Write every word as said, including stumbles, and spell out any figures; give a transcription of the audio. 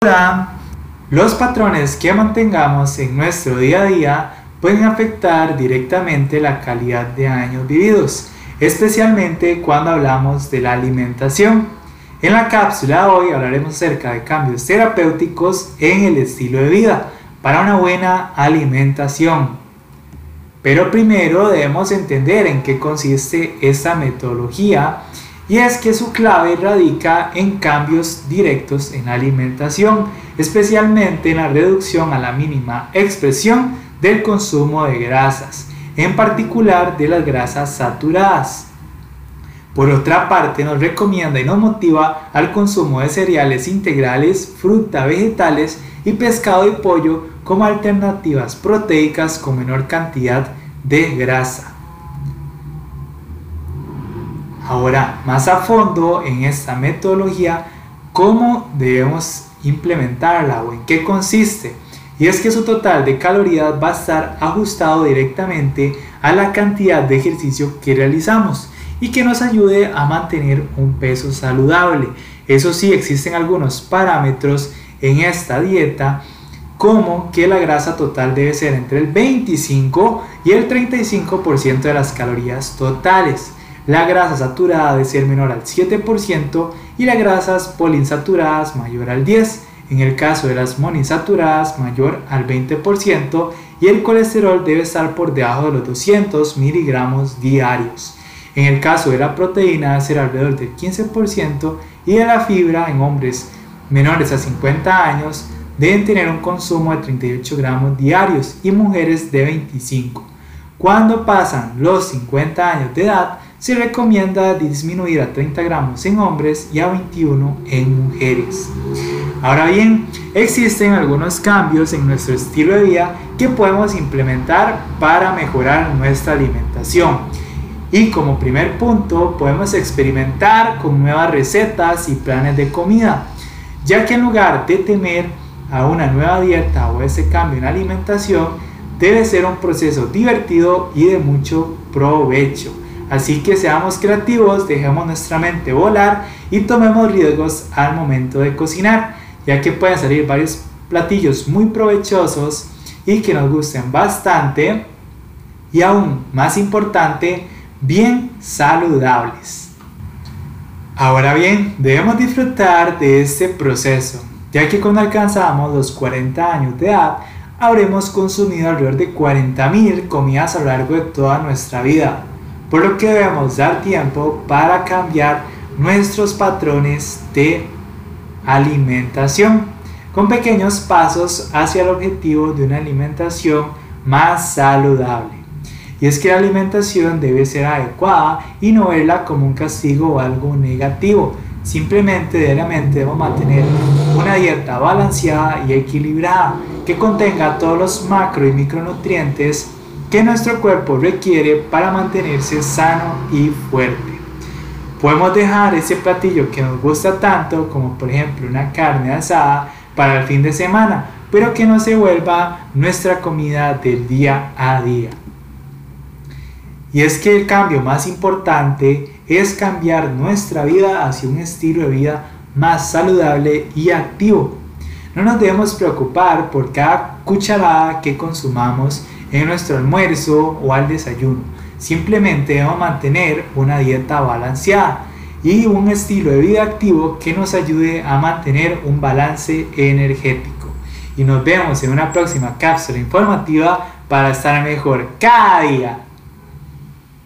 Ahora, los patrones que mantengamos en nuestro día a día pueden afectar directamente la calidad de años vividos, especialmente cuando hablamos de la alimentación. En la cápsula de hoy hablaremos acerca de cambios terapéuticos en el estilo de vida para una buena alimentación. Pero primero debemos entender en qué consiste esta metodología, y es que su clave radica en cambios directos en la alimentación, especialmente en la reducción a la mínima expresión del consumo de grasas, en particular de las grasas saturadas. Por otra parte, nos recomienda y nos motiva al consumo de cereales integrales, fruta, vegetales y pescado y pollo como alternativas proteicas con menor cantidad de grasa. Ahora, más a fondo en esta metodología, ¿cómo debemos implementarla o en qué consiste? Y es que su total de calorías va a estar ajustado directamente a la cantidad de ejercicio que realizamos y que nos ayude a mantener un peso saludable. Eso sí, existen algunos parámetros en esta dieta, como que la grasa total debe ser entre el veinticinco y el treinta y cinco por ciento de las calorías totales. La grasa saturada debe ser menor al siete por ciento y las grasas poliinsaturadas mayor al diez por ciento. En el caso de las monoinsaturadas mayor al veinte por ciento, y el colesterol debe estar por debajo de los doscientos miligramos diarios. En el caso de la proteína debe ser alrededor del quince por ciento, y de la fibra en hombres menores a cincuenta años deben tener un consumo de treinta y ocho gramos diarios y mujeres de veinticinco. Cuando pasan los cincuenta años de edad, se recomienda disminuir a treinta gramos en hombres y a veintiuno en mujeres. Ahora bien, existen algunos cambios en nuestro estilo de vida que podemos implementar para mejorar nuestra alimentación. Y como primer punto, podemos experimentar con nuevas recetas y planes de comida, ya que en lugar de temer a una nueva dieta o ese cambio en alimentación, debe ser un proceso divertido y de mucho provecho. Así que seamos creativos, dejemos nuestra mente volar y tomemos riesgos al momento de cocinar, ya que pueden salir varios platillos muy provechosos y que nos gusten bastante, y aún más importante, bien saludables. Ahora bien, debemos disfrutar de este proceso, ya que cuando alcanzamos los cuarenta años de edad, habremos consumido alrededor de cuarenta mil comidas a lo largo de toda nuestra vida, por lo que debemos dar tiempo para cambiar nuestros patrones de alimentación, con pequeños pasos hacia el objetivo de una alimentación más saludable. Y es que la alimentación debe ser adecuada y no verla como un castigo o algo negativo. Simplemente diariamente debemos mantener una dieta balanceada y equilibrada que contenga todos los macro y micronutrientes que nuestro cuerpo requiere para mantenerse sano y fuerte. Podemos dejar ese platillo que nos gusta tanto, como por ejemplo una carne asada, para el fin de semana, pero que no se vuelva nuestra comida del día a día. Y es que el cambio más importante es cambiar nuestra vida hacia un estilo de vida más saludable y activo. No nos debemos preocupar por cada cucharada que consumamos en nuestro almuerzo o al desayuno. Simplemente debemos mantener una dieta balanceada y un estilo de vida activo que nos ayude a mantener un balance energético. Y nos vemos en una próxima cápsula informativa para estar mejor cada día.